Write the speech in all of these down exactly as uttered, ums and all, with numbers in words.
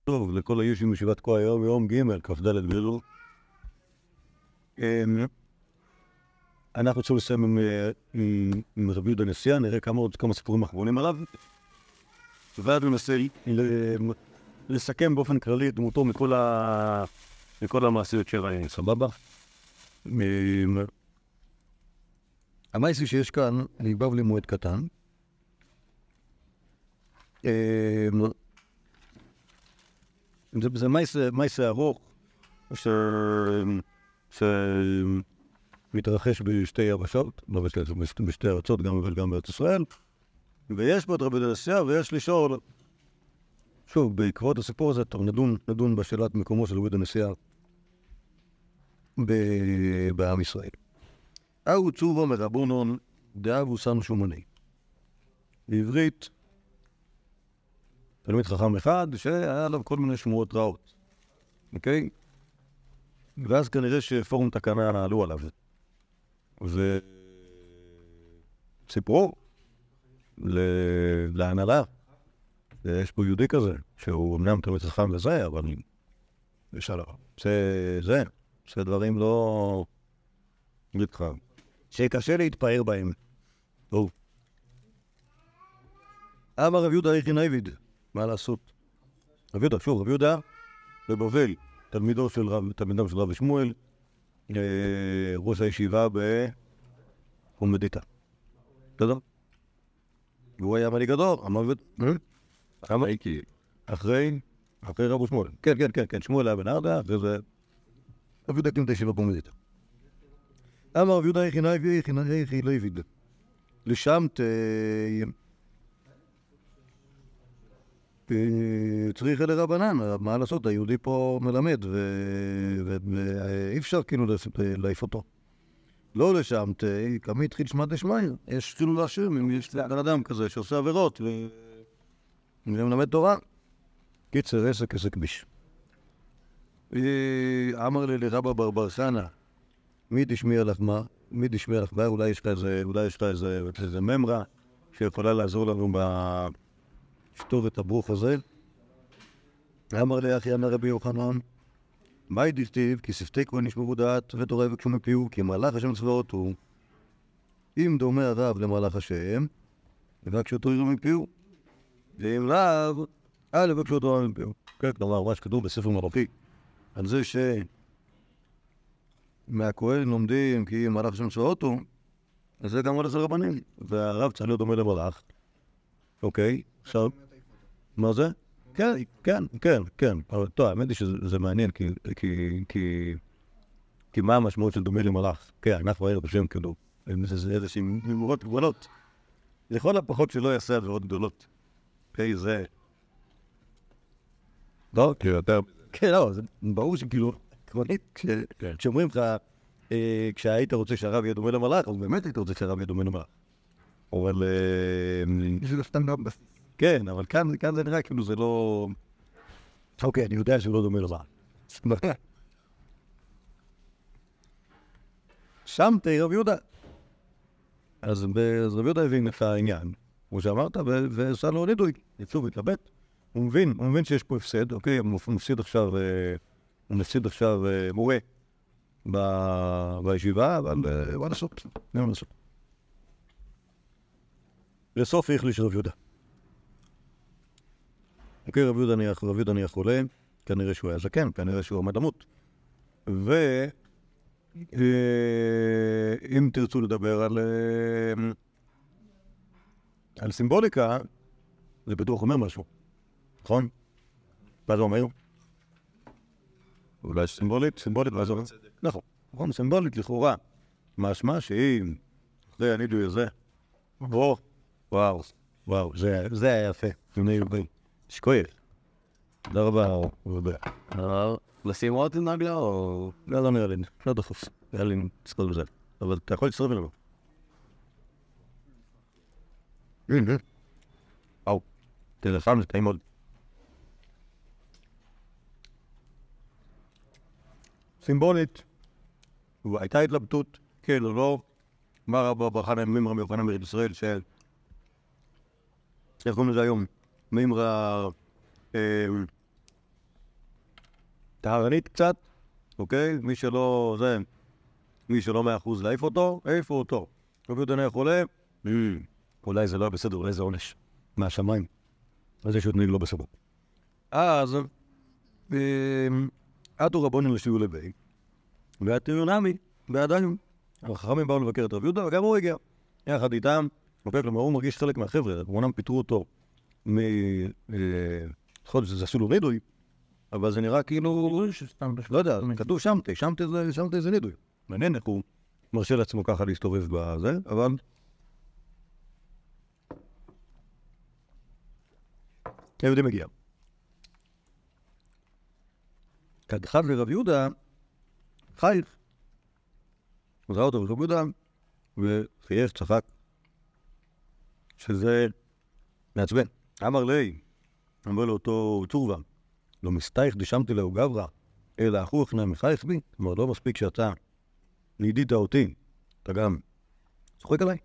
טוב, לכל היושבים בישיבת כה היום, יום ג' כ"ד באלול. אנחנו צריכים לסיים עם, עם, עם רבי יהודה הנשיאה, נראה כמה עוד כמה סיפורים אחרונים עליו, ואז ננסה לסכם באופן כללי את דמותו מכל, ה... מכל המעשיות שלהם, סבבה? המעשי שיש כאן, אני בא לי מועד קטן. זה, זה מייסה, מייסה ארוך ש... שמתרחש בשתי יבשות, לא בשתי, בשתי ארצות, גם וגם בארץ ישראל, ויש פה את רבי יהודה הנשיאה, ויש לשאול, שוב, בעקבות הסיפור הזה, טוב, נדון, נדון בשאלת מקומו של רבי יהודה הנשיאה ב... בעם ישראל. אהו צובו מרבונון דאבו סן שומני. בעברית, תלמיד חכם אחד שהיה עליו כל מיני שמועות רעות, אוקיי? ואז כנראה שפורום תקנה עלו עליו. וסיפרו להנהלה, יש פה יהודי כזה, שהוא אמנם תלמיד חכם וזה, אבל בשלום. זה, זה, זה דברים לא... מתחם. שקשה להתפאר בהם. טוב. אמר רבי יהודה איכין עבד. מה לעשות? רבי יהודה, שוב, רבי יהודה בבבל, תלמידו של רב, תלמידם של רבי שמואל, ראש הישיבה בקומדיטה. בסדר? והוא היה מנהיג הדור, אמר רבי אחרי, אחרי רבי שמואל. כן, כן, כן, כן, שמואל היה בן ארבע, וזה רבי יהודה הקים את הישיבה בקומדיטה. אמר רבי יהודה איכין עבד, איכין עבד. לשם ת... צריך לרבנן, מה לעשות, היהודי פה מלמד, ואי אפשר כאילו להעיף אותו. לא לשם, כמי התחיל שמע דשמיא, יש כאילו להשאיר, אם יש בן אדם כזה שעושה עבירות, ומלמד תורה. קיצר, עסק עסק ביש. אמר לי לרבא בר בר חנה, מי תשמיע לך מה? מי תשמיע לך מה? אולי יש לך איזה, אולי יש לך איזה ממרה, שיכולה לעזור לנו ב... שטוב את הברוך הזה. אמר לי אחי אמר רבי יוחנן, מהי דכתיב? כי שפתי כהן ישמעו דעת ותורה יקשו מפיהו, כי מלאך השם צבאות הוא. אם דומה הרב למלאך השם, יבקשו תורה מפיהו, ואם לאו, אל יבקשו תורה מפיהו. כן, כלומר, מה שכתוב בספר מלאכי, על זה שמהכהן לומדים כי מלאך השם צבאות הוא, אז זה גם על עשר רבנים, והרב צריך להיות דומה למלאך. אוקיי, עכשיו... מה זה? כן, כן, כן, כן. אבל טוב, האמת היא שזה מעניין, כי... כי... כי... כי מה המשמעות של דומה למלאך? כן, אנחנו ראינו בשם כאילו, זה איזושהי ממורות גבולות. לכל הפחות שלא יעשה עבירות גדולות. אוקיי, זה... לא, כאילו, אתה... כן, לא, זה ברור שכאילו, עקרונית, כשאומרים לך, כשהיית רוצה שהרב יהיה דומה למלאך, אז באמת היית רוצה שהרב יהיה דומה למלאך. אבל... זה סתם לא בסיס. כן, אבל כאן, כאן זה נראה כאילו זה לא... אוקיי, אני יודע שהוא לא דומה למה. שם תהיה רבי יהודה. אז רבי יהודה הבין את העניין, כמו שאמרת, ועשה לו נידוי, יצאו והתלבט. הוא מבין, הוא מבין שיש פה הפסד, אוקיי, הוא מפסיד עכשיו, הוא מפסיד עכשיו מורה בישיבה, אבל מה לעשות? מה לעשות? לסוף החליש רבי יהודה. אוקיי, רבי יהודה נהיה חולה, כנראה שהוא היה זקן, כנראה שהוא עומד למות. ואם תרצו לדבר על על סימבוליקה, זה בטוח אומר משהו, נכון? מה זה אומר? אולי סימבולית, סימבולית, מה זה אומר? נכון, נכון, סימבולית לכאורה. משמע שאם אחרי הנידוי הזה, וואו, וואו, וואו, זה היה יפה, לפני יובי. שכוייך. תודה רבה, רבי. לשים עוד נגלה או... לא, לא נראה לי, לא דחוף. נראה לי נצטרף בזה. אבל אתה יכול להצטרף אליו. הנה. וואו. תלפם, זה טעים מאוד. סימבולית. הייתה התלבטות, כן או לא. מה רבה ברחנה ממרה מיוחנה מארץ ישראל של... איך קוראים לזה היום? מימרה טהרנית קצת, אוקיי? מי שלא, זה, מי שלא מאה אחוז להעיף אותו, העיפו אותו. רבי יהודה היה חולה, אולי זה לא בסדר, אולי זה עונש מהשמיים. אז יש עוד נהיג לא בסדר. אז, עטו רבונים לשיעור לבי, ועתירו נמי, ועדיין, החכמים באו לבקר את רבי יהודה, וגם הוא הגיע. יחד איתם, אוקיי, כלומר, הוא מרגיש חלק מהחבר'ה, אמנם פיטרו אותו מחודש, זה עשו לו נידוי, אבל זה נראה כאילו, לא יודע, כתוב שמתי, שמתי זה, שמתי זה נידוי. מעניין איך הוא מרשה לעצמו ככה להסתובב בזה, אבל... היהודי מגיע. כדחד לרב יהודה, חייך. הוא ראה אותו ברב יהודה, וחייך, צחק. שזה מעצבן. אמר לי, אמר לו אותו צורבה, לא מסתייך דשמתי לו גברא, אלא אחו הכנע מחייך בי, כלומר לא מספיק שאתה נידית אותי, אתה גם צוחק עליי?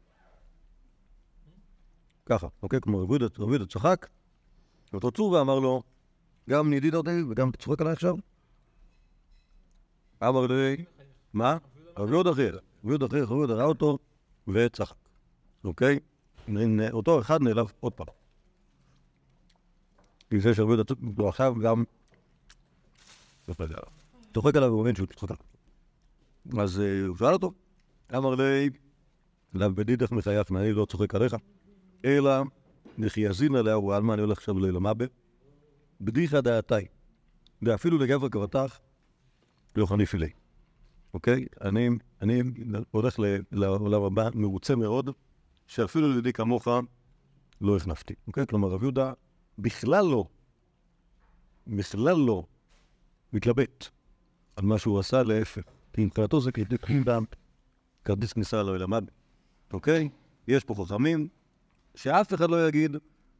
ככה, אוקיי? כמו רב יהודה צחק, ואותו צורבה אמר לו, גם נידית אותי וגם אתה צוחק עליי עכשיו? אמר לי, מה? רב יהודה אחר, רב יהודה אחר, רב יהודה ראה אותו וצחק, אוקיי? אותו אחד נעלב עוד פעם. כי זה שרבי יהודה הוא עכשיו גם צוחק עליו ומבין שהוא צוחק עליו. אז הוא שאל אותו, אמר לי, לאו בדידך מחייך, אני לא צוחק עליך, אלא לכי יזין עליה, הוא על מה אני הולך עכשיו ללמבה, בדיחה דעתי, ואפילו לגבר כבטח, לא חניף אלי. אוקיי? אני, אני הולך לעולם הבא מרוצה מאוד, שאפילו לידי כמוך לא הכנפתי. אוקיי? כלומר, רב יהודה בכלל לא, בכלל לא מתלבט על מה שהוא עשה, להפך. כי מבחינתו זה כרטיס כניסה לעולם הבא. אוקיי? יש פה חכמים שאף אחד לא יגיד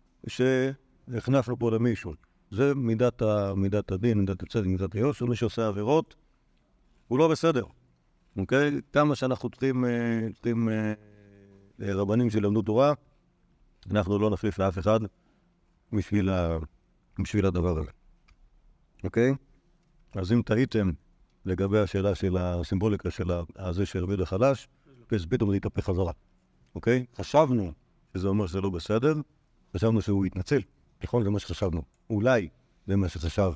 שהכנפנו פה למישהו. זה מידת, ה, מידת הדין, מידת הצדק, מידת היושר. מי שעושה עבירות הוא לא בסדר. אוקיי? כמה שאנחנו צריכים, צריכים רבנים שלמדו תורה, אנחנו לא נפליף לאף אחד בשביל, ה... בשביל הדבר הזה. אוקיי? אז אם טעיתם לגבי השאלה של הסימבוליקה של הזה של רבי יהודה חלש, אז פתאום זה יתהפך חזרה. אוקיי? חשבנו שזה אומר שזה לא בסדר, חשבנו שהוא יתנצל. נכון? זה מה שחשבנו. אולי זה מה שחשב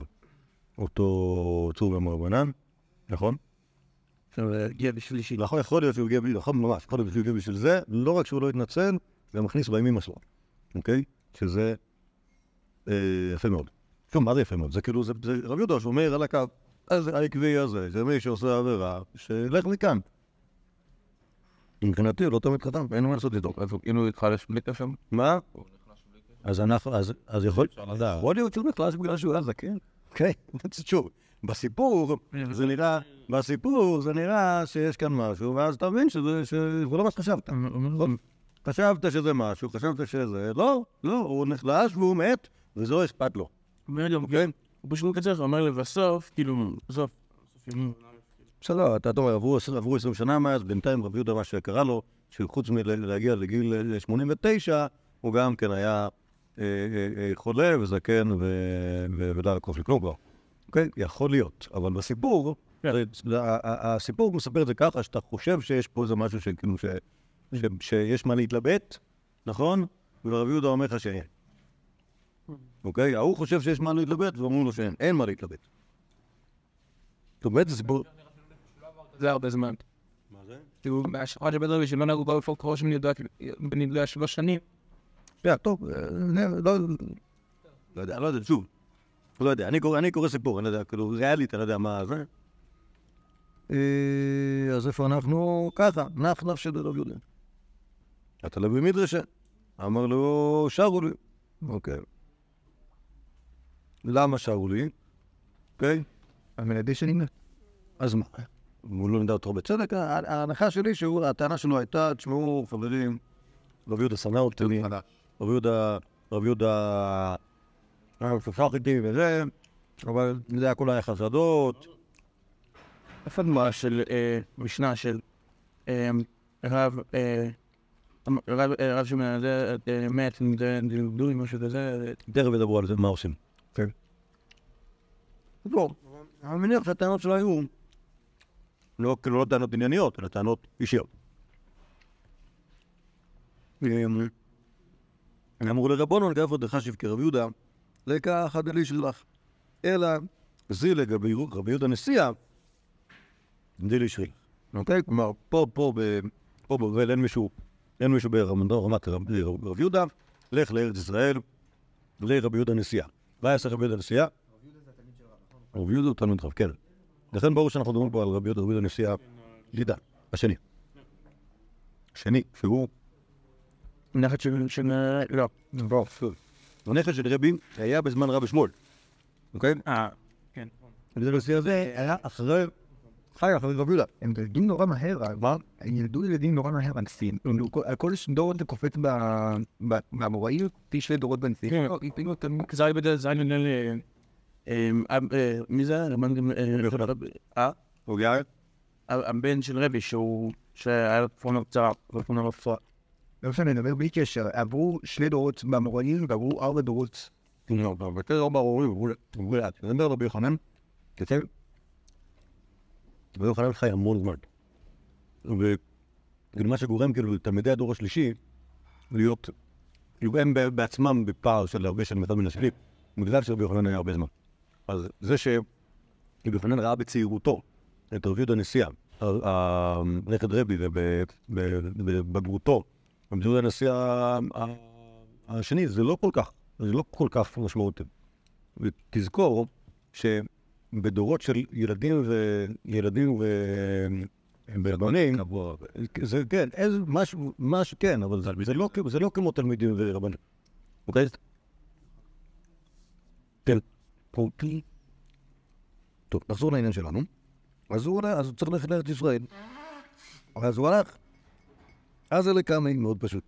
אותו צור ומרבנן, נכון? עכשיו, הגיע בשביל אישי. נכון, יכול להיות שהוא הגיע, נכון, ממש, יכול להיות שהוא הגיע בשביל זה, לא רק שהוא לא יתנצל, זה מכניס בימים שלו, אוקיי? שזה יפה מאוד. שוב, מה זה יפה מאוד? זה כאילו, זה רב יהודה שאומר על הקו, אז העקבי הזה, זה מי שעושה עבירה, שלך מכאן. מבחינתי, הוא לא תמיד חתם, אין מה לעשות איתו. אז אם הוא התחלש בלי שם? מה? אז אנחנו, אז יכול להיות שהוא נחלש בגלל שהוא היה זקן. כן, שוב. בסיפור, זה נראה, בסיפור זה נראה שיש כאן משהו, ואז אתה מבין שזה, שהוא לא מה שחשבת. חשבת שזה משהו, חשבת שזה, לא, לא, הוא נחלש והוא מת, וזה לא אכפת לו. הוא אומר גם, כן, הוא פשוט מקצר, הוא אומר לבסוף, כאילו, בסוף. בסדר, אתה אומר, עברו עשרים שנה מאז, בינתיים רבי יהודה מה שקרה לו, שחוץ מלהגיע לגיל שמונים ותשע, הוא גם כן היה חולה וזקן ולא לקוף לכלום כבר. אוקיי? יכול להיות, אבל בסיפור, הסיפור מספר את זה ככה, שאתה חושב שיש פה איזה משהו שכאילו, שיש מה להתלבט, נכון? ורבי יהודה אומר לך שאין. אוקיי? ההוא חושב שיש מה להתלבט, ואומרים לו שאין. אין מה להתלבט. זאת אומרת, זה סיפור... זה הרבה זמן. מה זה? תראו, השחורה של בדרבי שלא נהגו באו לפוק ראש בנדליה שלוש שנים. כן, טוב, לא יודע, לא יודע, שוב. לא יודע, אני קורא, אני קורא סיפור, אני יודע, כאילו, ריאלית, אני יודע מה זה. אז איפה אנחנו? ככה, נח נף של רב יהודה. אתה לא במדרשה. אמר לו, שרו לי. אוקיי. למה שרו לי? אוקיי? המלדי שנמנה. אז מה? הוא לא נדע אותו בצדק. ההנחה שלי, שהוא, הטענה שלו הייתה, תשמעו, חברים, רב יהודה שנא אותי. רב יהודה, רב יהודה... שפשח איתי וזה, אבל זה הכל היה חשדות. איפה דמוה של משנה של רב, רב שמנהל מת, דלדוי, משהו כזה. תכף ידברו על זה, מה עושים. כן. לא, אני מניח שהטענות שלו היו לא, כאילו לא טענות ענייניות, אלא טענות אישיות. אמרו לרבונון, גב עודך שבקי רב יהודה, לקח הדלי שלך. אלא זה לגבי רבי יהודה נשיאה, דלי שלך. אוקיי? כלומר, פה, פה, פה בבל אין מישהו, אין מישהו ברמת רב יהודה, לך לארץ ישראל, לרבי יהודה נשיאה. מה יעשה רבי יהודה נשיאה? רבי יהודה הוא תלמיד רב, כן. לכן ברור שאנחנו מדברים פה על רבי יהודה, רבי יהודה נשיאה לידה, השני. השני, שהוא נכד של... לא. לא. הנכד של רבי היה בזמן רבי שמואל. אוקיי? אה, כן. רבי יהודה נשיאה הזה היה אחרי... חי אחרי רבי יהודה. הם ילדים נורא מהר, מה? הם ילדו ילדים נורא מהר בנשיאים. כל דור אתה קופץ במוראים, תשעה דורות בנשיאים. כן, זה היה בדרך, זה היה נראה לי... מי זה? אה? אוקיי? הבן של רבי, שהוא... שהיה לו תפונה קצרה, תפונה לא פצועה. לא משנה, נדבר בלי קשר. עברו שני דורות במוראים ועברו ארבע דורות. לא, וכזה לא ברור, הוא לאט. נדבר רבי יוחנן, כתב. רבי יוחנן חי המון זמן. וכאילו מה שגורם כאילו תלמידי הדור השלישי להיות, כאילו הם בעצמם בפער של הרבה שנים אחד מן השני, בגלל שרבי יוחנן היה הרבה זמן. אז זה שרבי יוחנן ראה בצעירותו את רבי יהודה נשיאה, הנכד רבי, ובבגרותו, רבי יהודה נשיאה השני, זה לא כל כך, זה לא כל כך משמעותי. ותזכור שבדורות של ילדים וילדים ובנים, זה כן, משהו, משהו כן, אבל זה לא כמו תלמידים ורבנים. אוקיי? כן. טוב, נחזור לעניין שלנו. אז הוא הולך, אז הוא צריך ללכת לארץ ישראל. אז הוא הלך. אז אלה קמי, מאוד פשוט.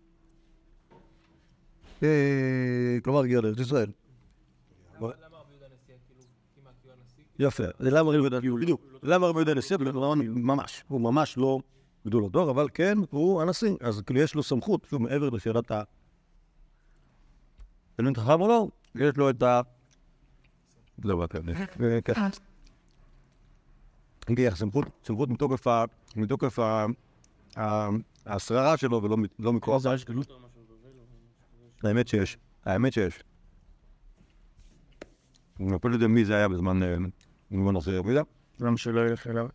כלומר, הגיע לארץ ישראל. למה רבי יהודה נשיאה כאילו כמעט כאילו הנשיא? יפה. למה רבי יהודה נשיאה? בדיוק. למה רבי יהודה נשיאה? ממש. הוא ממש לא גדול הדור, אבל כן, הוא הנשיא. אז כאילו יש לו סמכות, שהוא מעבר לשאלת ה... תלמיד חכם או לא? יש לו את ה... לא באת כן. הגיע סמכות, סמכות מתוקף ה... מתוקף ה... השררה שלו ולא מכוח. זה יש גלות. האמת שיש, האמת שיש. אני לא יודע מי זה היה בזמן... בזמן אחרי רבי יהודה. למה שלא ילך אליו?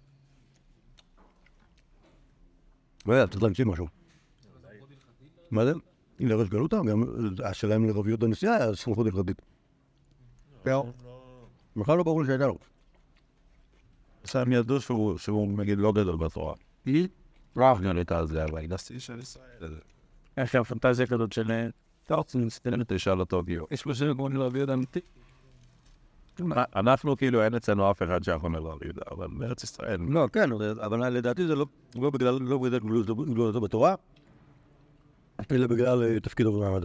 לא יודע, צריך להמציא משהו. מה זה? אם לרש גלותה, גם השאלה אם לרבי יהודה נשיאה היה סמכות הלכתית. בכלל לא ברור שהייתה לו. הם ידעו שהוא נגיד לא גדול בתורה. רב גלית על זה, אבל נשיא של ישראל. יש שם פנטזיה כזאת של... תשאל אותו גיור. יש פה שם כמו לרבי יהודה אמיתי. אנחנו כאילו אין אצלנו אף אחד שאנחנו לרבי יהודה, אבל בארץ ישראל. לא, כן, אבל לדעתי זה לא בגלל גדולתו בתורה, אלא בגלל תפקידו במעמד.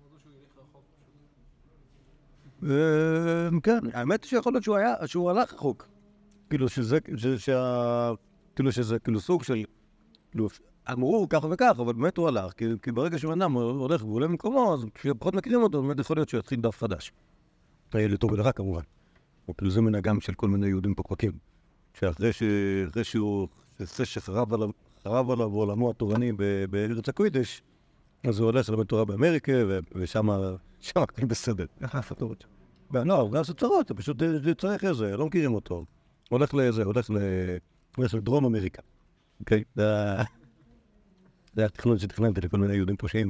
כן, האמת היא שיכול להיות שהוא היה, שהוא הלך רחוק. כאילו שזה, כאילו שזה כאילו סוג של, אמרו ככה וככה, אבל באמת הוא הלך, כי ברגע שהוא אדם הולך ועולה ממקומו, אז כשפחות מכירים אותו, באמת יכול להיות שהוא יתחיל דף חדש. לטוב ולרע כמובן. וכאילו זה מנהגם של כל מיני יהודים פקפקים. שאחרי שהוא, אחרי שחרב עליו עולמו התורני בארץ הקודש, אז הוא הולך ללמד תורה באמריקה, ושם הכל בסדר. איך הפתורת? לא, הוא עושה צרות, פשוט צריך איזה, לא מכירים אותו. הולך לזה, הולך לדרום אמריקה. אוקיי? זה היה תכנון שתכננתי לכל מיני יהודים פושעים,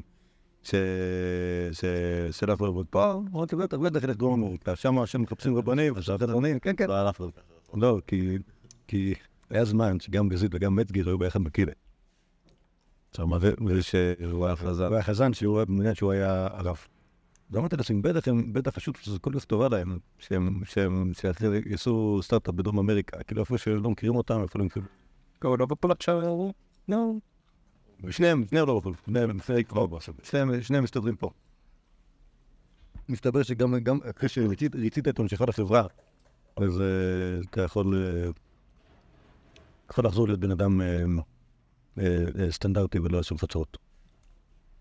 שלך לעבוד פה, אמרתי, בטח, בטח ילך דרום אמריקה, שם מחפשים רבנים, רבנים, כן, כן. לא, כי היה זמן שגם גזית וגם מצגיר היו ביחד בכלא. הוא היה חזן שהוא היה הרב. ואמרתי לעצמי, בטח חשוב שזה כל כך טובה להם, שהם יעשו סטארט-אפ בדרום אמריקה, כאילו איפה שלא מכירים אותם, איפה לא מכירים. הוא לא בפולק שם, לא. שניהם, שניהם לא בפולק, שניהם מסתדרים פה. מסתבר שגם אחרי שריצית את עונשך לחברה, אז אתה יכול לחזור להיות בן אדם סטנדרטי ולא לעשות חצרות.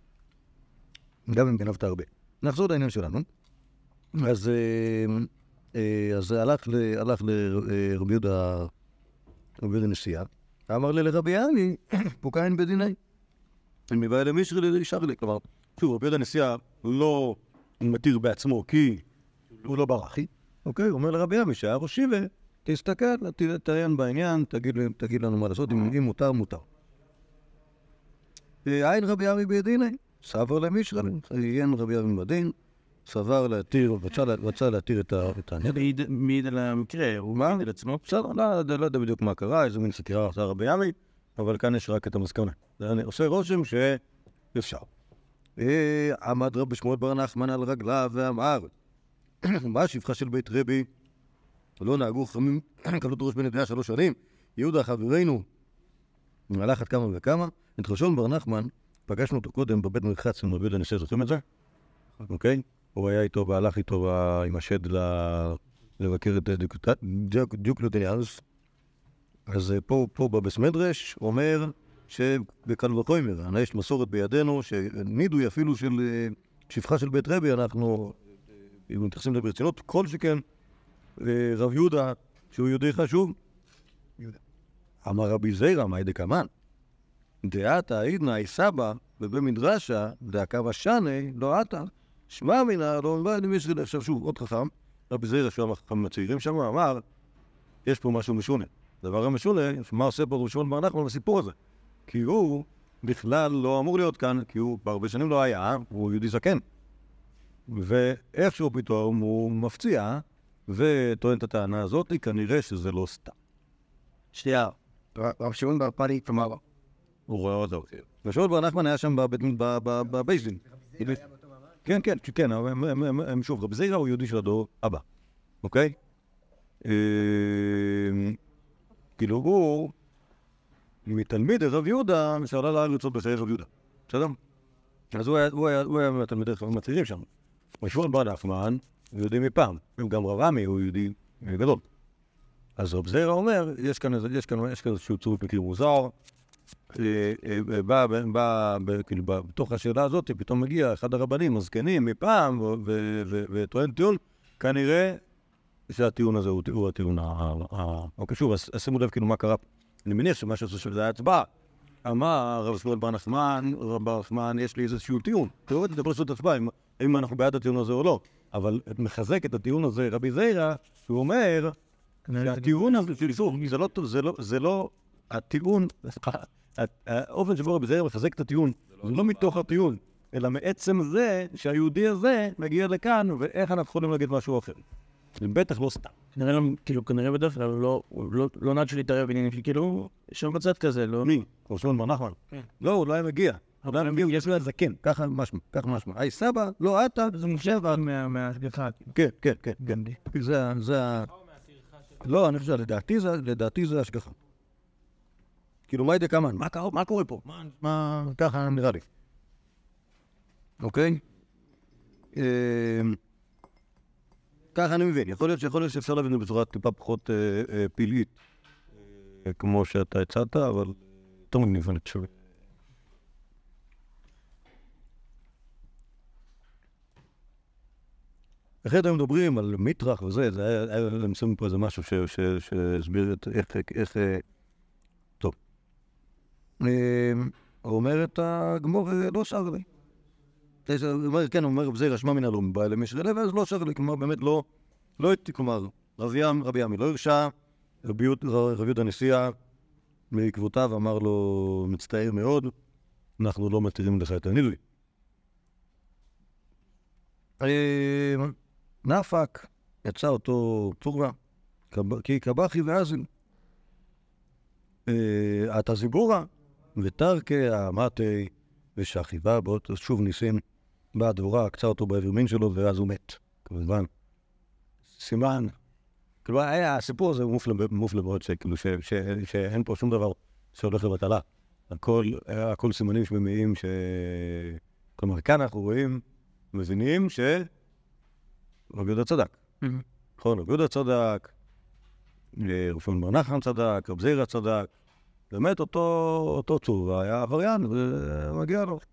גם אם גנבת הרבה. נחזור לעניין שלנו. אז אז הלך לרבי יהודה, רבי יהודה נשיאה, אמר לי לרבי עמי, פוקעין בדיני. אני מביא למישרי לישר לי, כלומר, שוב, רבי יהודה נשיאה לא מתיר בעצמו כי הוא לא ברחי, אוקיי? הוא אומר לרבי עמי שהיה ראשי ותסתכל, תעיין בעניין, תגיד לנו מה לעשות, אם מותר, מותר. עין רבי עמי בדיני, סבר למישרי, עיין רבי עמי בדין, סבר להתיר, רצה להתיר את העניין. מעיד על המקרה, הוא מעיד על עצמו. בסדר, לא יודע בדיוק מה קרה, איזו מין סקירה עשה רבי עמי, אבל כאן יש רק את המסקנה. אני עושה רושם שאפשר. עמד רבי שמואל בר נחמן על רגליו ואמר, מה השפחה של בית רבי? לא נהגו חכמים קבלות ראש בן ידיעה שלוש שנים. יהודה חברינו הלך עד כמה וכמה. את ראשון בר נחמן פגשנו אותו קודם בבית מרחץ עם רבי יהודה נשיאה, זוכרים את זה? אוקיי? הוא היה איתו והלך איתו עם השד לבקר את דיוקלטיאנוס. אז פה בבית מדרש הוא אומר שבקל וחומר, יש מסורת בידינו שנידוי אפילו של שפחה של בית רבי, אנחנו מתייחסים לברצינות, כל שכן רב יהודה שהוא יהודי חשוב. אמר רבי זיירא מאי דקמן, דעתה עידנא איסבא ובמדרשה דאקבא שני לא עתה שמע מינא לא מבא למישרי. עכשיו שוב, עוד חכם, רבי זיירא שהוא החכמים הצעירים שם, אמר יש פה משהו משונה. דבר המשונה, מה עושה פה רבי שמואל בר נחמן בסיפור הזה? כי הוא בכלל לא אמור להיות כאן, כי הוא בהרבה שנים לא היה, הוא יהודי זקן. ואיכשהו פתאום הוא מפציע וטוען את הטענה הזאת, כנראה שזה לא סתם. שנייה, רב שמעון בר פאלי, כלומר, הוא רואה אותו. ושמואל בר נחמן היה שם בבייס דין. כן, כן, כן, הם שוב, רבי זיירא הוא יהודי של הדור הבא, אוקיי? כאילו הוא מתלמיד רב יהודה שעלה לארץ עוד בחיי רב יהודה, בסדר? אז הוא היה מתלמידי חכמים הצעירים שם. שמואל בר נחמן הוא יהודי מפעם, גם רב עמי הוא יהודי גדול. אז רב זיירא אומר, יש כאן איזשהו צירוף מקרי מוזר, בא, כאילו, בתוך השאלה הזאת, פתאום מגיע אחד הרבנים, הזקנים מפעם, וטוען טיעון, כנראה שהטיעון הזה הוא הטיעון ה... אוקיי, שוב, אז שימו לב כאילו מה קרה פה. אני מניח שמה שעושה שזה היה הצבעה. אמר רב שמואל בר נחמן, רב בר נחמן, יש לי איזשהו טיעון. תראו, תדבר לעשות הצבעה, אם אנחנו בעד הטיעון הזה או לא. אבל מחזק את הטיעון הזה רבי זיירא, שהוא אומר, שהטיעון הזה, זה לא הטיעון, האופן שבו רבי זיירא מחזק את הטיעון, זה לא מתוך הטיעון, אלא מעצם זה שהיהודי הזה מגיע לכאן, ואיך אנחנו יכולים להגיד משהו אחר. זה בטח לא סתם. כנראה, כאילו, כנראה בדרך כלל, לא נעד להתערב בעניינים שלי, כאילו, יש שם בצד כזה, לא... מי? רב שמואל בר נחמן. לא, הוא לא היה מגיע. הוא לא היה מגיע, יש לו זקן, ככה משמע, ככה משמע. היי סבא, לא אתה. זה מושב מהשגחה. כן, כן, כן. זה ה... לא, אני חושב, לדעתי זה השגחה. כאילו, מה ידע כמן? מה קורה פה? מה... ככה נראה לי. אוקיי? ככה אני מבין. יכול להיות שיכול להיות שאפשר להבין בצורה טיפה פחות פילית, כמו שאתה הצעת, אבל יותר מגניב אני חושב. אחרת הם מדברים על מטרח וזה, זה היה למצוא פה איזה משהו שהסביר את איך... טוב. הוא אומר את הגמור, לא שר לי. הוא אומר, כן, הוא אומר, זה רשמה מן הלום, בא למשרי לב, אז לא שר לי, כלומר, באמת לא... לא הייתי, כלומר, רבי עמי לא הרשה, רבי יהודה נשיאה בעקבותיו אמר לו, מצטער מאוד, אנחנו לא מתירים לך את הנידוי. נפק, יצא אותו צורבה, כי קבחי ואזין. אתה זיבורה, ותרקה, המתי ושחיבה, בעוד שוב ניסים, באה הדבורה, קצה אותו בעבר מין שלו, ואז הוא מת, כמובן. סימן, כאילו, היה, הסיפור הזה הוא מופלא מאוד, שכאילו, שאין פה שום דבר שהולך לבטלה. הכל, הכל סימנים שממיעים ש... כלומר, כאן אנחנו רואים, מבינים ש... רבי יהודה צדק. נכון, רבי יהודה צדק, רב שמואל בר נחמן צדק, רב זיירא צדק, באמת אותו צור, היה עבריין, ומגיע לו.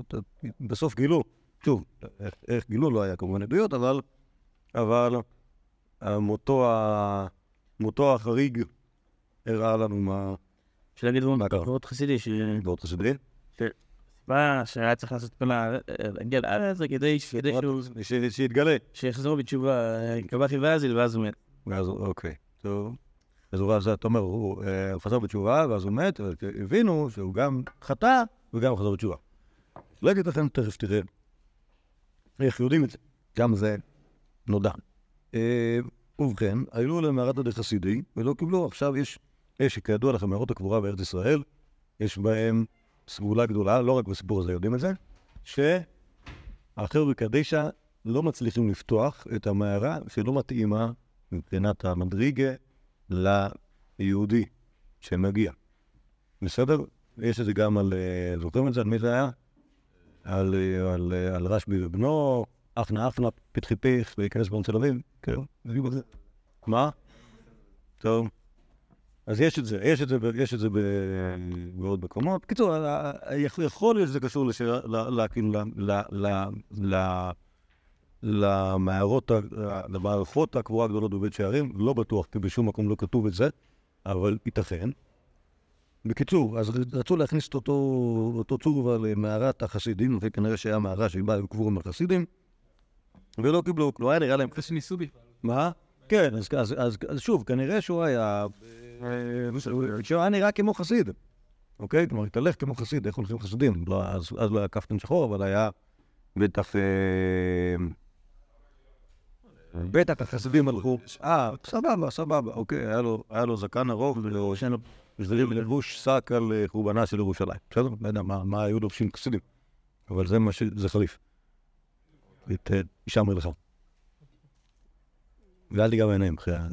בסוף גילו, שוב, איך גילו לא היה כמובן עדויות, אבל, אבל מותו ה... מותו החריג הראה לנו מה... אפשר להגיד מה קרה? מאוד חסידי, ש... ועוד חסידי? מה שהיה צריך לעשות כל ה... להגיע לארץ כדי כדי שהוא... ש- שיתגלה. שיחזור בתשובה, קבעתי ואזיל ואז הוא מת. ואז, אוקיי, טוב. אז הוא, אז אתה אומר, הוא אה, הוא חזר בתשובה, ואז הוא מת, והבינו שהוא גם חטא וגם חזר בתשובה. לא אגיד לכם, תכף תראה איך יודעים את זה. גם זה נודע. אה, ובכן, עלו למערת הדחסידי, ולא קיבלו. עכשיו יש, יש, כידוע לכם, מערות הקבורה בארץ ישראל, יש בהם סגולה גדולה, לא רק בסיפור הזה יודעים את זה, שהחבר'ה קדישא לא מצליחים לפתוח את המערה שלא מתאימה מבחינת המדרגה ליהודי שמגיע. בסדר? יש את זה גם על, אה, זוכרים את זה? על מי זה היה? על, אה, על, אה, על רשב"י ובנו, אחנה אחנה, פתחי פיך, להיכנס בארץ תל אביב. כן, נגיד בזה. מה? טוב. אז יש את זה, יש את זה, יש את זה ב- בעוד מקומות. בקיצור, ה- ה- יכול יכול להיות שזה קשור לשאלה, ל- ל- כאילו, ל- ל- ל- ל- למערות, ה- למערכות הקבורה הגדולות בבית שערים, לא בטוח, כי בשום מקום לא כתוב את זה, אבל ייתכן. בקיצור, אז רצו להכניס את אותו, אותו צורבה למערת החסידים, וכנראה שהיה מערה שהיא באה לקבורה מהחסידים, ולא קיבלו, לא היה נראה להם... אחרי שניסו בי. מה? כן, אז, אז, אז, אז שוב, כנראה שהוא היה, אה, שהוא היה נראה כמו חסיד, אוקיי? כלומר, התהלך כמו חסיד, איך הולכים חסידים? לא, אז, אז לא היה קפטן שחור, אבל היה בטח... אה, בטח החסידים הלכו... אה, סבבה, סבבה, אוקיי, היה לו, היה לו זקן ארוך ולו שאין לו... ושדלים לבוש שק על אה, חורבנה של ירושלים. בסדר? לא יודע מה, מה היו לובשים חסידים, אבל זה מה ש... זה חליף. את אה, אישה אמר לך. ואל תיגע בעיניים, אחרי ה...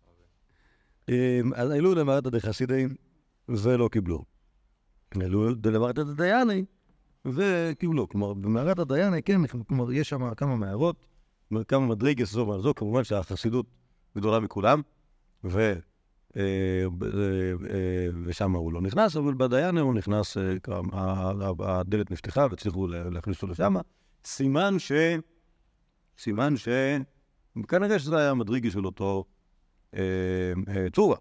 אז עלו למערת הדחסידים ולא קיבלו. עלו למערת הדייני וקיבלו. כלומר, במערת הדייני, כן, כלומר, יש שם כמה מערות, כמה מדרגות זו ועל זו, כמובן שהחסידות גדולה מכולם, ו... אה, אה, אה, ושם הוא לא נכנס, אבל בדייני הוא נכנס, אה, כמה- ה- הדלת נפתחה והצליחו לה- להכניס אותו לשם. סימן ש... סימן ש... כנראה שזה היה המדרגה של אותו אה, אה, צורבה.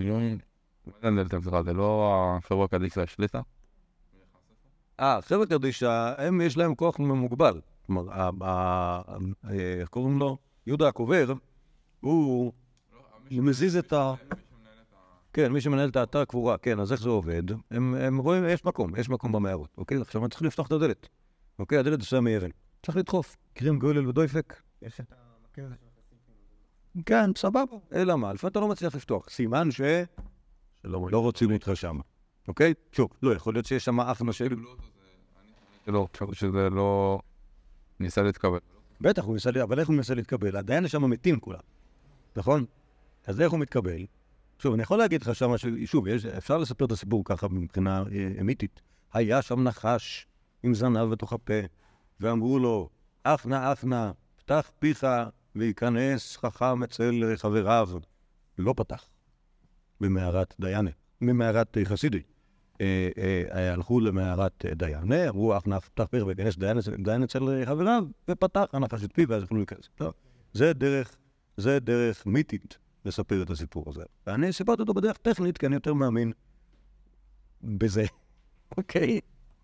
זה לא החברה קדישא השליטה? אה, חבר'ה קדישא, הם יש להם כוח מוגבל. כלומר, ה- ה- ה- איך קוראים לו? יהודה הקובר, הוא מזיז את ה... כן, מי שמנהל את האתר קבורה, כן, אז איך זה עובד? הם הם רואים, יש מקום, יש מקום במערות, אוקיי? עכשיו צריך לפתוח את הדלת. אוקיי, הדלת עושה מאבן. צריך לדחוף. קרים גולל ודויפק. יש את המקל הזה שמכניסים. כן, סבבה. אלא מה? לפעמים אתה לא מצליח לפתוח. סימן ש... שלא רוצים אותך שם. אוקיי? שוב, לא, יכול להיות שיש שם אחנה של... לא, חשבתי שזה לא ניסה להתקבל. בטח, הוא ניסה... ל- אבל איך הוא מנסה להתקבל? עדיין שם מתים כולם. נכון? אז איך הוא מתקבל? שוב, אני יכול להגיד לך שם, ש... שוב, יש... אפשר לספר את הסיפור ככה מבחינה אה, אמיתית. היה שם נחש עם זנב בתוך הפה, ואמרו לו, אחנה, אחנה, פתח פיך וייכנס חכם אצל חבריו. לא פתח. במערת דיינה, ממערת אה, חסידי. אה, אה, הלכו למערת אה, דיינה, אמרו, אחנה, פתח פיך וייכנס דיין אצל- דיין אצל אה, חבריו, ופתח, הנחש את פיו, ואז יכולו להיכנס. טוב, זה דרך, זה דרך מיתית לספר את הסיפור הזה. ואני סיפרתי אותו בדרך טכנית, כי אני יותר מאמין בזה. אוקיי.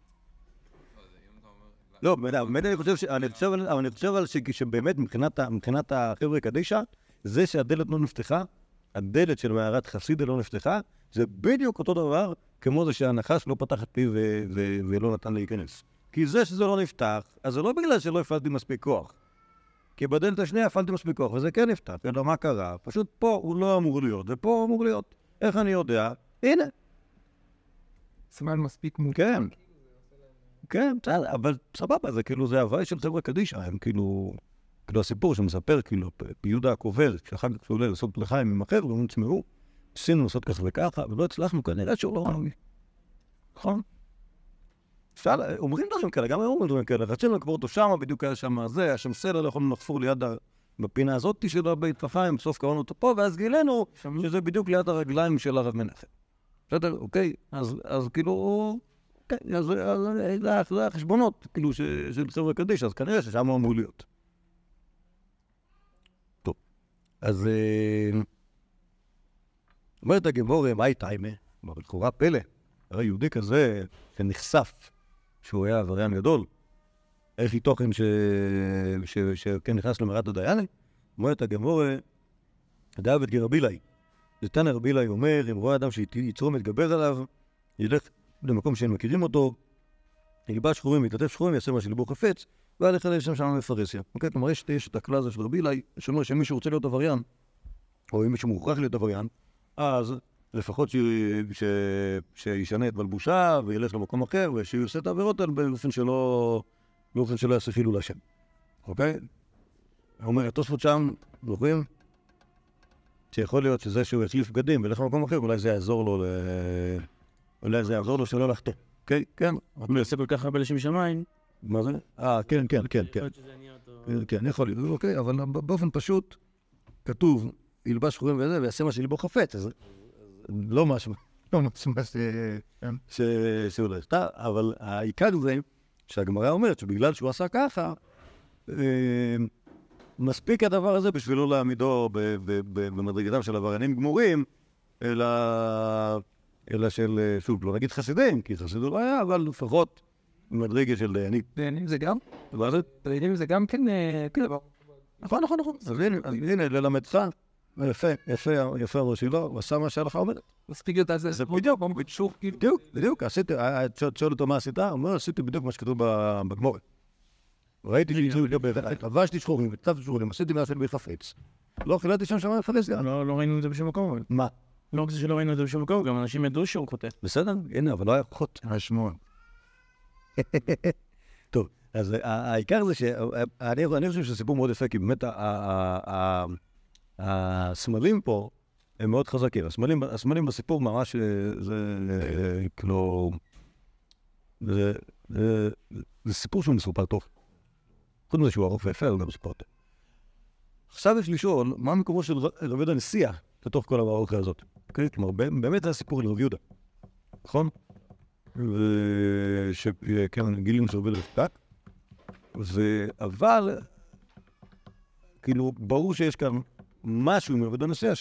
לא, באמת אני חושב ש... אני חושב על- אבל אני חושב על ש- שבאמת מבחינת ה- מבחינת החבר'ה קדישא, זה שהדלת לא נפתחה, הדלת של מערת חסידה לא נפתחה, זה בדיוק אותו דבר כמו זה שהנחש לא פתח את פיו ו- ו- ולא נתן להיכנס. כי זה שזה לא נפתח, אז זה לא בגלל שלא הפעלתי מספיק כוח. כי בדלת השנייה הפעלתי מספיק כוח, וזה כן נפתח. אלא מה קרה? פשוט פה הוא לא אמור להיות, ופה הוא אמור להיות. איך אני יודע? הנה. סימן מספיק מוכר. כן. כן, בסדר, אבל סבבה, זה כאילו, זה הוואי של חבר'ה קדישא, הם כאילו, כאילו הסיפור שמספר, כאילו, פ- יהודה הקובר, שאחר כך שהוא עולה לעשות לחיים עם החבר'ה, הם תשמעו, ניסינו לעשות ככה וככה, ולא הצלחנו, כנראה שהוא לא ראוי. נכון? אפשר, אומרים דברים כאלה, גם היום אומרים דברים כאלה, רצינו לקבור אותו שם, בדיוק היה שם זה, היה שם סלע, לא יכולנו לחפור ליד ה... בפינה הזאת של הבית חכם, בסוף קראנו אותו פה, ואז גילינו שזה בדיוק ליד הרגליים של הרב מנחם. בסדר, אוקיי? אז, אז כאילו, כן, אז זה היה- זה היה חשבונות, כאילו, ש- של חבר'ה קדישא, אז כנראה ששם הוא אמור להיות. טוב. אז אה, אומרת הגמורה, מה הייתה אימה? לכאורה פלא. הרי יהודי כזה שנחשף שהוא היה עבריין גדול, איך היא תוכן ש... ש... שכן נכנס למרת הדייני? אומרת הגמורה, דאבת גרבילאי. דתנא רבילאי אומר, אם רואה אדם שיצרו מתגבר עליו, ילך למקום שהם מכירים אותו, ילבש שחורים, יתעטף שחורים, יעשה מה שליבו חפץ, והלך אליי שם שם בפרהסיה. אוקיי? כלומר, יש, יש את הכלל הזה של רבילאי, שאומר שמי שרוצה להיות עבריין, או אם מישהו מוכרח להיות עבריין, אז לפחות ש... ש... שישנה את בלבושה וילך למקום אחר, ושיעשה את העבירות האלה באופן שלא... באופן שלא יעשה חילול השם. אוקיי? אומר, התוספות שם, זוכרים? שיכול להיות שזה שהוא יחליף בגדים ולך למקום אחר, אולי זה יעזור לו ל... אולי זה יעזור לו שלא לחטוא. אוקיי? כן. הוא יעשה כל כך הרבה לשם שמיים. מה זה? אה, כן, כן, כן, כן. שזה יניע אותו... כן, יכול להיות. אוקיי, אבל באופן פשוט כתוב, ילבש שחורים וזה, ויעשה מה שליבו חפץ, אז לא משהו. לא, מה זה... שהוא לא יחטא, אבל העיקר זה שהגמרא אומרת שבגלל שהוא עשה ככה, מספיק הדבר הזה בשבילו להעמידו במדרגתם של עבריינים גמורים, אלא, אלא של, שוב, לא נגיד חסידים, כי חסידו לא היה, אבל לפחות במדרגה של דיינים. דיינים זה גם? מה זה? דיינים זה גם כן, כאילו. נכון, נכון, נכון. אז הנה, ללמדך, יפה, יפה, יפה ראשי לו, הוא עשה מה שהלכה אומרת. מספיק את זה. זה בדיוק, בדיוק, בדיוק, עשיתי, שואל אותו מה עשית, הוא אומר, עשיתי בדיוק מה שכתוב בגמורה. ראיתי שיצאו לגבי, לבשתי שחורים, הצבתי שחורים, עשיתי מה שאני בחפץ. לא חיללתי שם שם בפרהסיה. לא ראינו את זה בשום מקום. מה? לא רק זה שלא ראינו את זה בשום מקום, גם אנשים ידעו שהוא חוטא. בסדר, הנה, אבל לא היה כוחות. השמוע. טוב, אז העיקר זה שאני חושב שזה סיפור מאוד יפה, כי באמת הסמלים פה הם מאוד חזקים. הסמלים בסיפור ממש זה כאילו... זה סיפור שהוא מסופר טוב. חוץ מזה שהוא ארוך ויפה, הוא גם מסופר טוב. עכשיו יש לשאול, מה המקומו של רבי יהודה הנשיאה בתוך כל הארוכה הזאת? כלומר, באמת זה הסיפור על רבי יהודה, נכון? שכן, גילים של רבי יהודה פקק. אבל, כאילו, ברור שיש כאן משהו עם רבי יהודה הנשיאה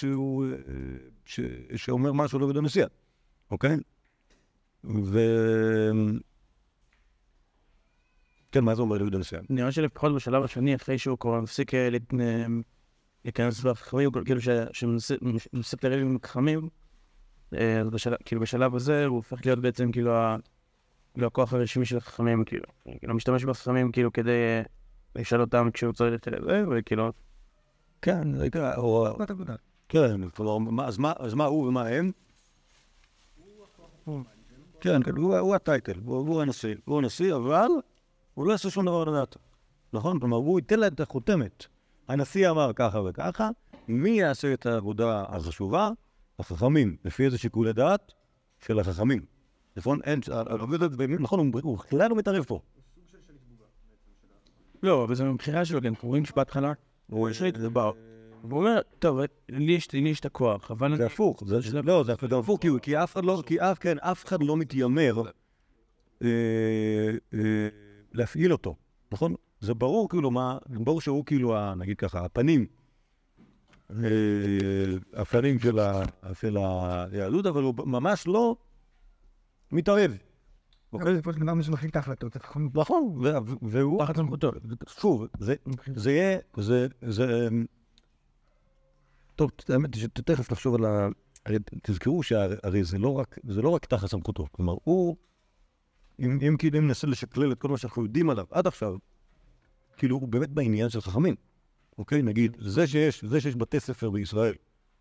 שאומר משהו על רבי יהודה הנשיאה, אוקיי? ו... כן, מה זה אומר רבי יהודה הנשיאה? נראה שלפחות בשלב השני, אחרי שהוא כבר מפסיק להיכנס לחכמים, כאילו שמפסיק לריב עם חכמים, כאילו בשלב הזה הוא הופך להיות בעצם כאילו הכוח הרשמי של החכמים, כאילו, משתמש בחכמים כאילו כדי לשאול אותם כשהוא צריך לזה, וכאילו... כן, זה יקרה, או... כן, אז מה הוא ומה הם? כן, הוא הטייטל, הוא הנשיא, הוא הנשיא, אבל הוא לא יעשה שום דבר לדעת. נכון? כלומר, הוא ייתן לה את החותמת. הנשיא אמר ככה וככה, מי יעשה את העבודה החשובה? החכמים, לפי איזה שיקול הדעת של החכמים. נכון? אין, נכון, הוא בכלל לא מתערב פה. לא, אבל זה מבחירה שלו, כן, קוראים משפט חלק. הוא יש לי את זה בר. והוא אומר, טוב, לי יש את הכוח, אבל... זה הפוך, לא, זה גם הפוך, כי אף אחד לא, כי אף, כן, אף אחד לא מתיימר להפעיל אותו, נכון? זה ברור כאילו מה, ברור שהוא כאילו, נגיד ככה, הפנים, הפנים של היהדות, אבל הוא ממש לא מתערב. אוקיי? זה גם שמחליט את ההחלטות, נכון, והוא... תחת סמכותו. שוב, זה יהיה, זה... טוב, האמת, תכף נחשוב על ה... תזכרו שהרי זה לא רק תחת סמכותו, כלומר, הוא, אם כאילו ננסה לשקלל את כל מה שאנחנו יודעים עליו עד עכשיו, כאילו הוא באמת בעניין של חכמים, אוקיי? נגיד, זה שיש, זה שיש בתי ספר בישראל,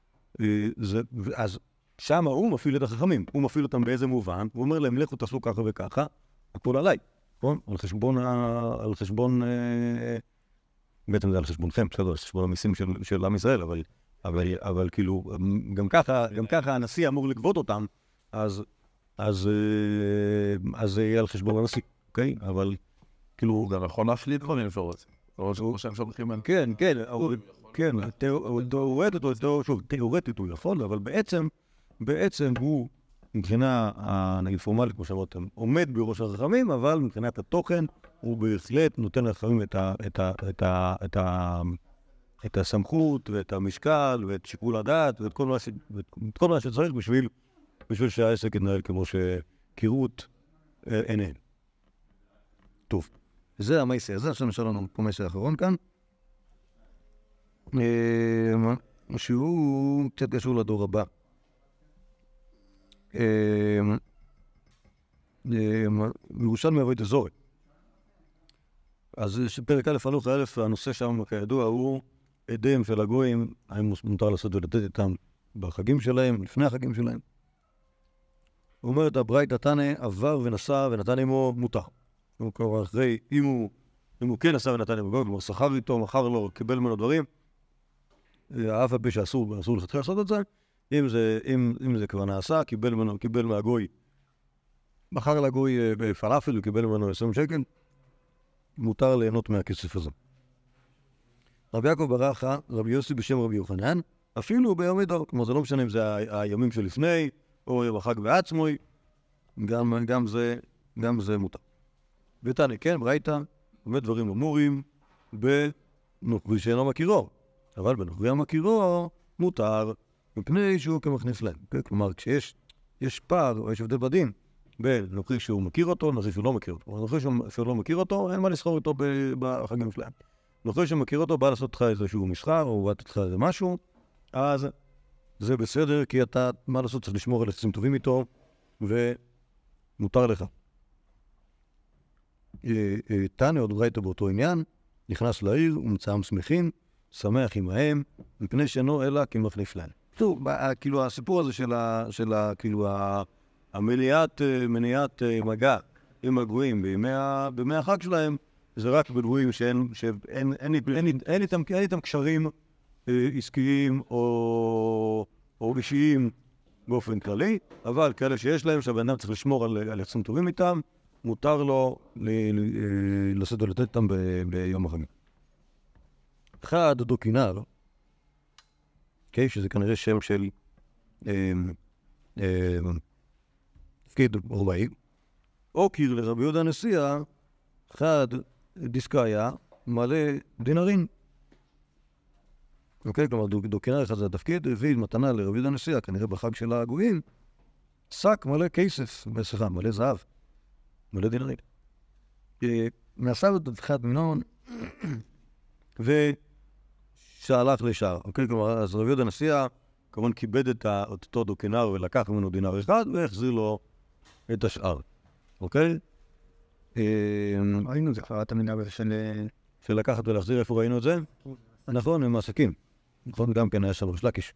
אז שם הוא מפעיל את החכמים, הוא מפעיל אותם באיזה מובן, הוא אומר להם, לכו תעשו ככה וככה, הכל עליי, נכון? על חשבון, על חשבון, בעצם זה על חשבונכם, בסדר, על חשבון המיסים של עם ישראל, אבל... אבל, אבל כאילו, גם ככה, גם ככה הנשיא אמור לגבות אותם, אז, אז, אז זה יהיה על חשבון הנשיא, אוקיי? אבל, כאילו... גם יכול להפליט דברים שאורת. או שהם שולחים על... כן, כן, כן, תיאורטית, שוב, תיאורטית הוא יכול, אבל בעצם, בעצם הוא, מבחינה, נגיד פורמלית, כמו שאמרתם, עומד בראש החכמים, אבל מבחינת התוכן, הוא בהחלט נותן לחכמים את ה... את ה... את ה... את הסמכות ואת המשקל ואת שיקול הדעת ואת כל מה, ש... ואת כל מה שצריך בשביל, בשביל שהעסק יתנהל כמו שכראות עיניהם. טוב, זה המייסה הזה, עכשיו נשאר לנו פה מייסה האחרון כאן. שהוא קצת קשור לדור הבא. ירושלמי אבוידע זורע. אז פרק א' הלוך א', הנושא שם כידוע הוא עדים של הגויים, האם מותר לעשות ולתת איתם בחגים שלהם, לפני החגים שלהם. הוא אומר את הברייתא תנא, עבר ונסע ונתן עמו מותר. הוא קורא אחרי, אם הוא, אם הוא כן נסע ונתן עמו, כלומר שכר איתו, מכר לו, קיבל ממנו דברים, אף על פי שאסור, אסור לכתחילה לעשות את זה, אם זה, אם, אם זה כבר נעשה, קיבל ממנו, קיבל מהגוי, מכר לגוי בפלאפל, וקיבל ממנו עשרים שקל, מותר ליהנות מהכסף הזה. רבי יעקב בר אחא, רבי יוסי בשם רבי יוחנן, אפילו ביום דור, כלומר זה לא משנה אם זה הימים שלפני, או יום החג בעצמו, גם, גם זה, גם זה מותר. ותנא כן, ברייתא, באמת דברים אמורים, בנוכרי שאינו מכירו. אבל בנוכרי המכירו מותר, מפני שהוא כמכניס להם. כלומר, כשיש יש פער, או יש הבדל בדין, בין נוכרי שהוא מכיר אותו, נוכרי שהוא לא מכיר אותו. נוכרי שהוא לא מכיר אותו, אין מה לסחור אותו בחגים שלהם. נוכרי שמכיר אותו, בא לעשות לך איזשהו מסחר, או בא לתת לך איזה משהו, אז זה בסדר, כי אתה, מה לעשות, צריך לשמור על יחסים טובים איתו, ומותר לך. תנא עוד ברייתא באותו עניין, נכנס לעיר ומצאם שמחים, שמח עמהם, מפני שאינו אלא כמחליף להם. טוב, כאילו הסיפור הזה של ה, של ה, כאילו המניעת, מניעת מגע עם הגויים בימי, בימי החג שלהם, זה רק בגויים שאין, שאין, אין, אין, אין, אין איתם, אין איתם קשרים עסקיים או, או אישיים באופן כללי, אבל כאלה שיש להם, שהבן אדם צריך לשמור על, על יחסים טובים איתם, מותר לו לשאת ולתת איתם ב, ביום החגים. אחד, דודו כינר, okay, שזה כנראה שם של תפקיד רובעי, או קיר לרבי יהודה הנשיאה, אחד, דיסקאיה, מלא דינרים. אוקיי, כלומר, דודו כינר אחד זה התפקיד, הביא מתנה לרבי יהודה הנשיאה, כנראה בחג של הגויים, שק מלא כסף, סליחה, מלא זהב, מלא דינרים. נעשה את תפחת מינון, ו... שהלך לשער, אוקיי? כלומר, אז רבי יהודה הנשיאה כמובן כיבד את אותו דוקינר ולקח ממנו דינר אחד והחזיר לו את השאר, אוקיי? ראינו את זה כבר, את המילה בזה של... של לקחת ולהחזיר, איפה ראינו את זה? נכון, עם העסקים. נכון, גם כן היה שם ריש לקיש.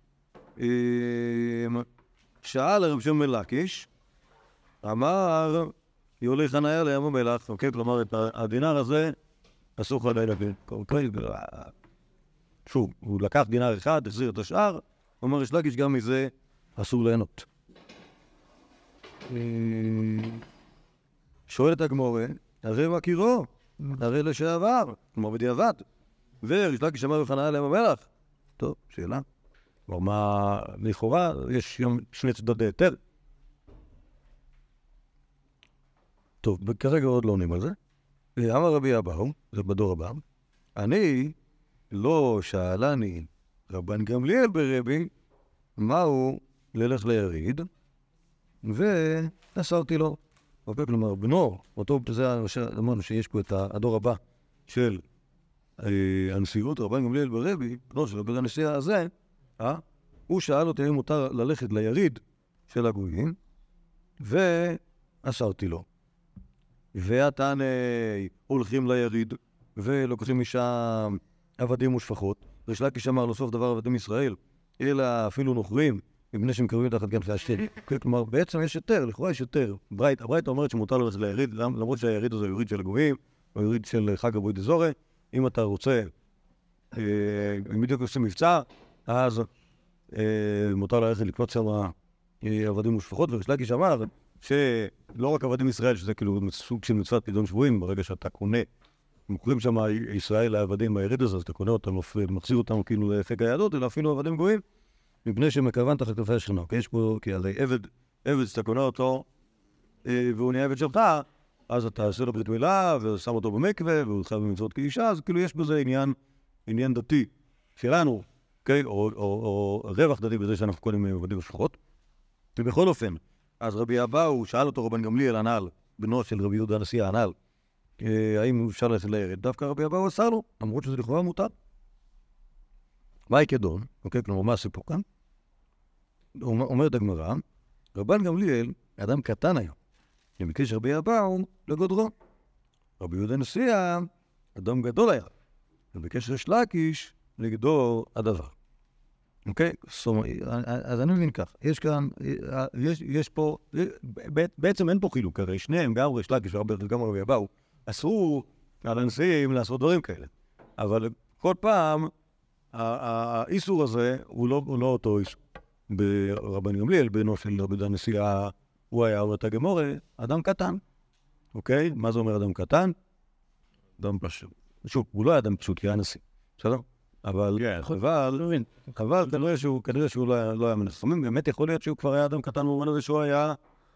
שאל הרב שם מלקיש, אמר, יולי חניה לים המלח, אוקיי? כלומר, את הדינר הזה אסור לך להבין. אוקיי? שוב, הוא לקח דינר אחד, החזיר את השאר, הוא אומר, ריש לקיש גם מזה אסור ליהנות. שואלת הגמרא, הרי מכירו, הרי לשעבר, כלומר בדיעבד, וריש לקיש אמר חניה לים המלח. טוב, שאלה. כלומר, מה, לכאורה, יש גם שני צדדי היתר. טוב, כרגע עוד לא עונים על זה. אמר רבי אבאו, זה בדור הבא, אני לא שאלני רבן גמליאל ברבי, מהו ללך ליריד, ונסרתי לו. אוקיי, כלומר, בנו, אותו, זה אמרנו שיש פה את הדור הבא של הנשיאות, רבן גמליאל ברבי, בנו של רבי הנשיאה הזה, אה? הוא שאל אותי אם מותר ללכת ליריד של הגויים, ואסרתי לו. והתנא הולכים ליריד, ולוקחים משם עבדים ושפחות. ריש לקיש אמר לו סוף דבר עבדים ישראל, אלא אפילו נוכרים, מפני שהם קרבים תחת כנפי השד. כלומר, בעצם יש יותר, לכאורה יש יותר. הברייתא אומרת שמותר ללכת ליריד, למרות שהיריד הזה הוא יריד של הגויים, או יריד של חג אבוידע זורע. אם אתה רוצה, אם בדיוק עושה מבצע, אז מותר ללכת לקנות שם עבדים ושפחות, וריש לקיש אמר שלא רק עבדים ישראל, שזה כאילו סוג של מצוות פדיון שבויים, ברגע שאתה קונה, מוכרים שם ישראל לעבדים ביריד הזה, אז אתה קונה אותם, מחזיר אותם כאילו לחיק היהדות, אלא אפילו עבדים גויים, מפני שמקרבן תחת כנפי השכינה. כי יש פה, כי הרי עבד, עבד שאתה קונה אותו, והוא נהיה עבד שלך, אז אתה עושה לו ברית מילה, ושם אותו במקווה, והוא חייב במצוות כאישה, אז כאילו יש בזה עניין עניין דתי שלנו, אוקיי? או, או, או רווח דתי בזה שאנחנו קודם עובדים בשפחות. ובכל אופן, אז רבי אבאו, שאל אותו רבן גמליאל הנ"ל, בנו של רבי יהודה הנשיא הנ"ל, האם אפשר ללכת לירד? דווקא רבי אבאו אסר לו, למרות שזה לכאורה מותר. מהי כדון? אוקיי, כלומר, מה הסיפור כאן? אומרת הגמרא, רבן גמליאל, אדם קטן היה, שביקש רבי אבאו לגודרו. רבי יהודה הנשיא, אדם גדול היה, וביקש ריש לקיש לגדור הדבר. אוקיי? אז אני מבין כך, יש כאן, יש, יש פה, בעצם אין פה חילוק, הרי שניהם, גם ריש לקיש וגם רבי אבאו, אסרו על הנשיאים לעשות דברים כאלה. אבל כל פעם, האיסור הזה הוא לא, הוא לא אותו איסור. ברבן גמליאל, בנו של רבי יהודה הנשיא, הוא היה אומרת הגמורה, אדם קטן. אוקיי? מה זה אומר אדם קטן? אדם פשוט. שוב, הוא לא היה אדם פשוט, כי היה נשיא. בסדר? אבל, אבל, אבל כנראה שהוא, כנראה שהוא לא היה מנחמים. באמת יכול להיות שהוא כבר היה אדם קטן, הוא אומר שהוא היה...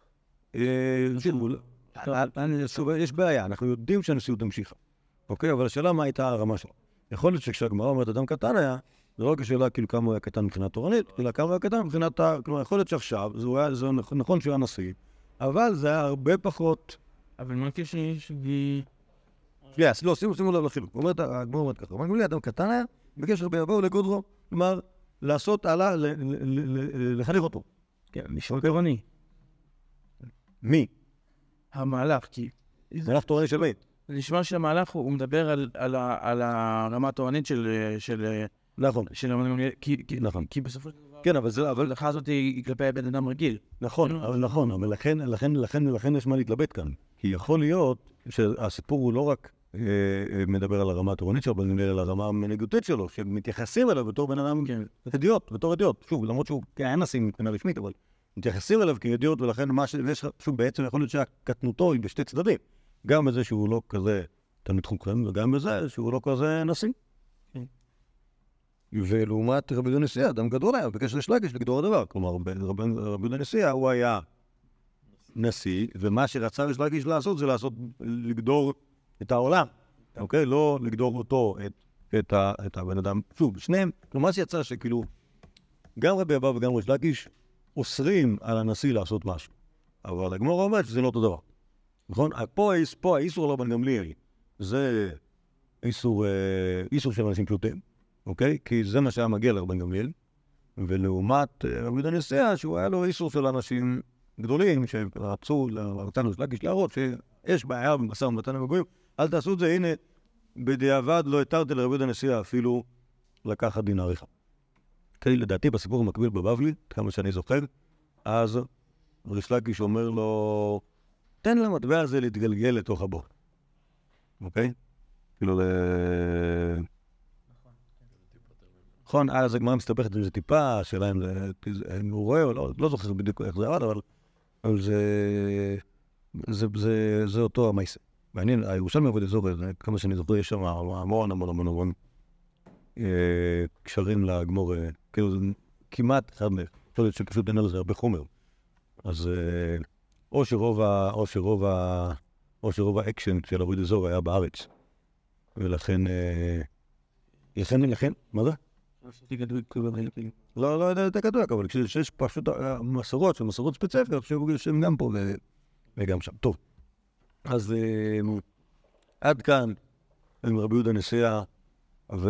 יש בעיה, אנחנו יודעים שהנשיאות המשיכה. אוקיי? אבל השאלה מה הייתה הרמה שלו. יכול להיות שכשהגמרא אומרת אדם קטן היה, זה לא רק השאלה כאילו כמה הוא היה קטן מבחינה תורנית, אלא כמה הוא היה קטן מבחינת... כלומר, יכול להיות שעכשיו, זה נכון שהוא היה נשיא, אבל זה היה הרבה פחות... אבל מה הקשר יש לי... יס, לא, שימו לב לחילוק. הוא אומר, הגמרא אומרת ככה, הוא אומר, אדם קטן היה, בקשר ביבואו לגודרו, כלומר, לעשות עלה, לחנך אותו. כן, נשמע תורני. מי? המהלך, כי... מהלך תורני של מי? נשמע שהמהלך הוא מדבר על הרמה התורנית של... נכון. נכון. כי בסופו של דבר... כן, אבל זה... ההלכה הזאת היא כלפי בן אדם רגיל. נכון, אבל נכון, אבל לכן, לכן, לכן, לכן יש מה להתלבט כאן. כי יכול להיות שהסיפור הוא לא רק מדבר על הרמה התורנית שלו, אלא על הרמה המנהיגותית שלו, שמתייחסים אליו בתור בן אדם הדיוט, בתור הדיוט. שוב, למרות שהוא היה נשיא מבחינה רשמית, אבל מתייחסים אליו כהדיוט, ולכן מה ש... שוב, בעצם יכול להיות שהקטנותו היא בשתי צדדים. גם בזה שהוא לא כזה תלמיד חכם, וגם בזה שהוא לא כזה נשיא. ולעומת רבי יהודה הנשיא, אדם גדול היה, בקשר ריש לקיש לגדור הדבר. כלומר, רבי יהודה הנשיא, הוא היה נשיא, ומה שרצה ריש לקיש לעשות, זה לעשות, לגדור את העולם. אוקיי? לא לגדור אותו, את הבן אדם. שוב, שניהם, כלומר, מה שיצא שכאילו, גם רבי אבאו וגם ריש לקיש אוסרים על הנשיא לעשות משהו. אבל הגמרא אומרת שזה לא אותו דבר. נכון? פה האיסור על רבן גמליאל, זה איסור של אנשים פשוטים. אוקיי? כי זה מה שהיה מגיע לרבן גמליאל, ולעומת רבי יהודה הנשיא, שהוא היה לו איסור של אנשים גדולים, שרצו לרצנו ריש לקיש להראות שיש בעיה במשא ומתן עם הגויים, אל תעשו את זה, הנה, בדיעבד לא התרתי לרבי יהודה הנשיא אפילו לקחת דינר אחד. כי לדעתי בסיפור המקביל בבבלי, כמה שאני זוכר, אז ריש לקיש אומר לו, תן למטבע הזה להתגלגל לתוך הבור. אוקיי? כאילו ל... נכון, אז הגמרא מסתבכת עם זה טיפה, השאלה אם הוא רואה או לא, לא זוכר בדיוק איך זה עבד, אבל זה אותו המייסה. מעניין, הירושלמי עבוד אזור, כמה שאני זוכר, יש שם המון המון המון המון קשרים לגמור, כאילו זה כמעט אחד מהם, יכול להיות שפשוט אין על זה הרבה חומר. אז או שרוב ה... או שרוב ה... או שרוב האקשן של עבוד אזור היה בארץ, ולכן... לכן, לכן, מה זה? לא, לא יודע את הכדויק, אבל כשיש פשוט מסורות, מסורות ספציפיות, שהן גם פה וגם שם. טוב, אז עד כאן עם רבי יהודה הנשיא, ו...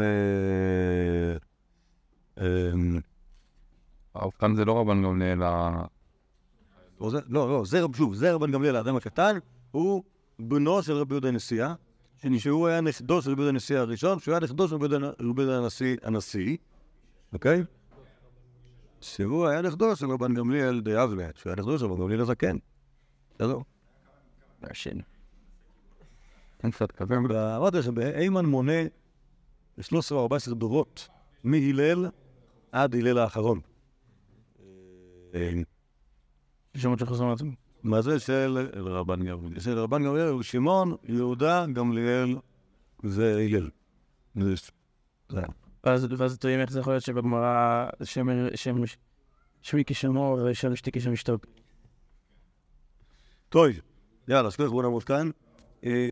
כאן זה לא רבן גמליאל, לא, לא, זה שוב, זה רבן גמליאל, האדם הקטן, הוא בנו של רבי יהודה הנשיא, שהוא היה נכדו של רבי יהודה הנשיא הראשון, שהוא היה נכדו של רבי יהודה הנשיא הנשיא, אוקיי? שהוא היה נכדו של רבן גמליאל די אבלה, שהוא היה נכדו של רבן גמליאל הזקן. זה לא. מהשן. אין קצת כזה. אמרתי שבאימן מונה שלוש עשרה ארבע עשרה דורות, מהילל עד הילל האחרון. שמות של חזון עצמי. מה זה של רבן גמליאל? של רבן גמליאל הוא שמעון, יהודה, גמליאל והילל. ואז תראים איך זה יכול להיות שבגמרא שמי כשמו ושם אשתי כשם אשתו. טוב, יאללה, שכוח בוא נעמוד כאן.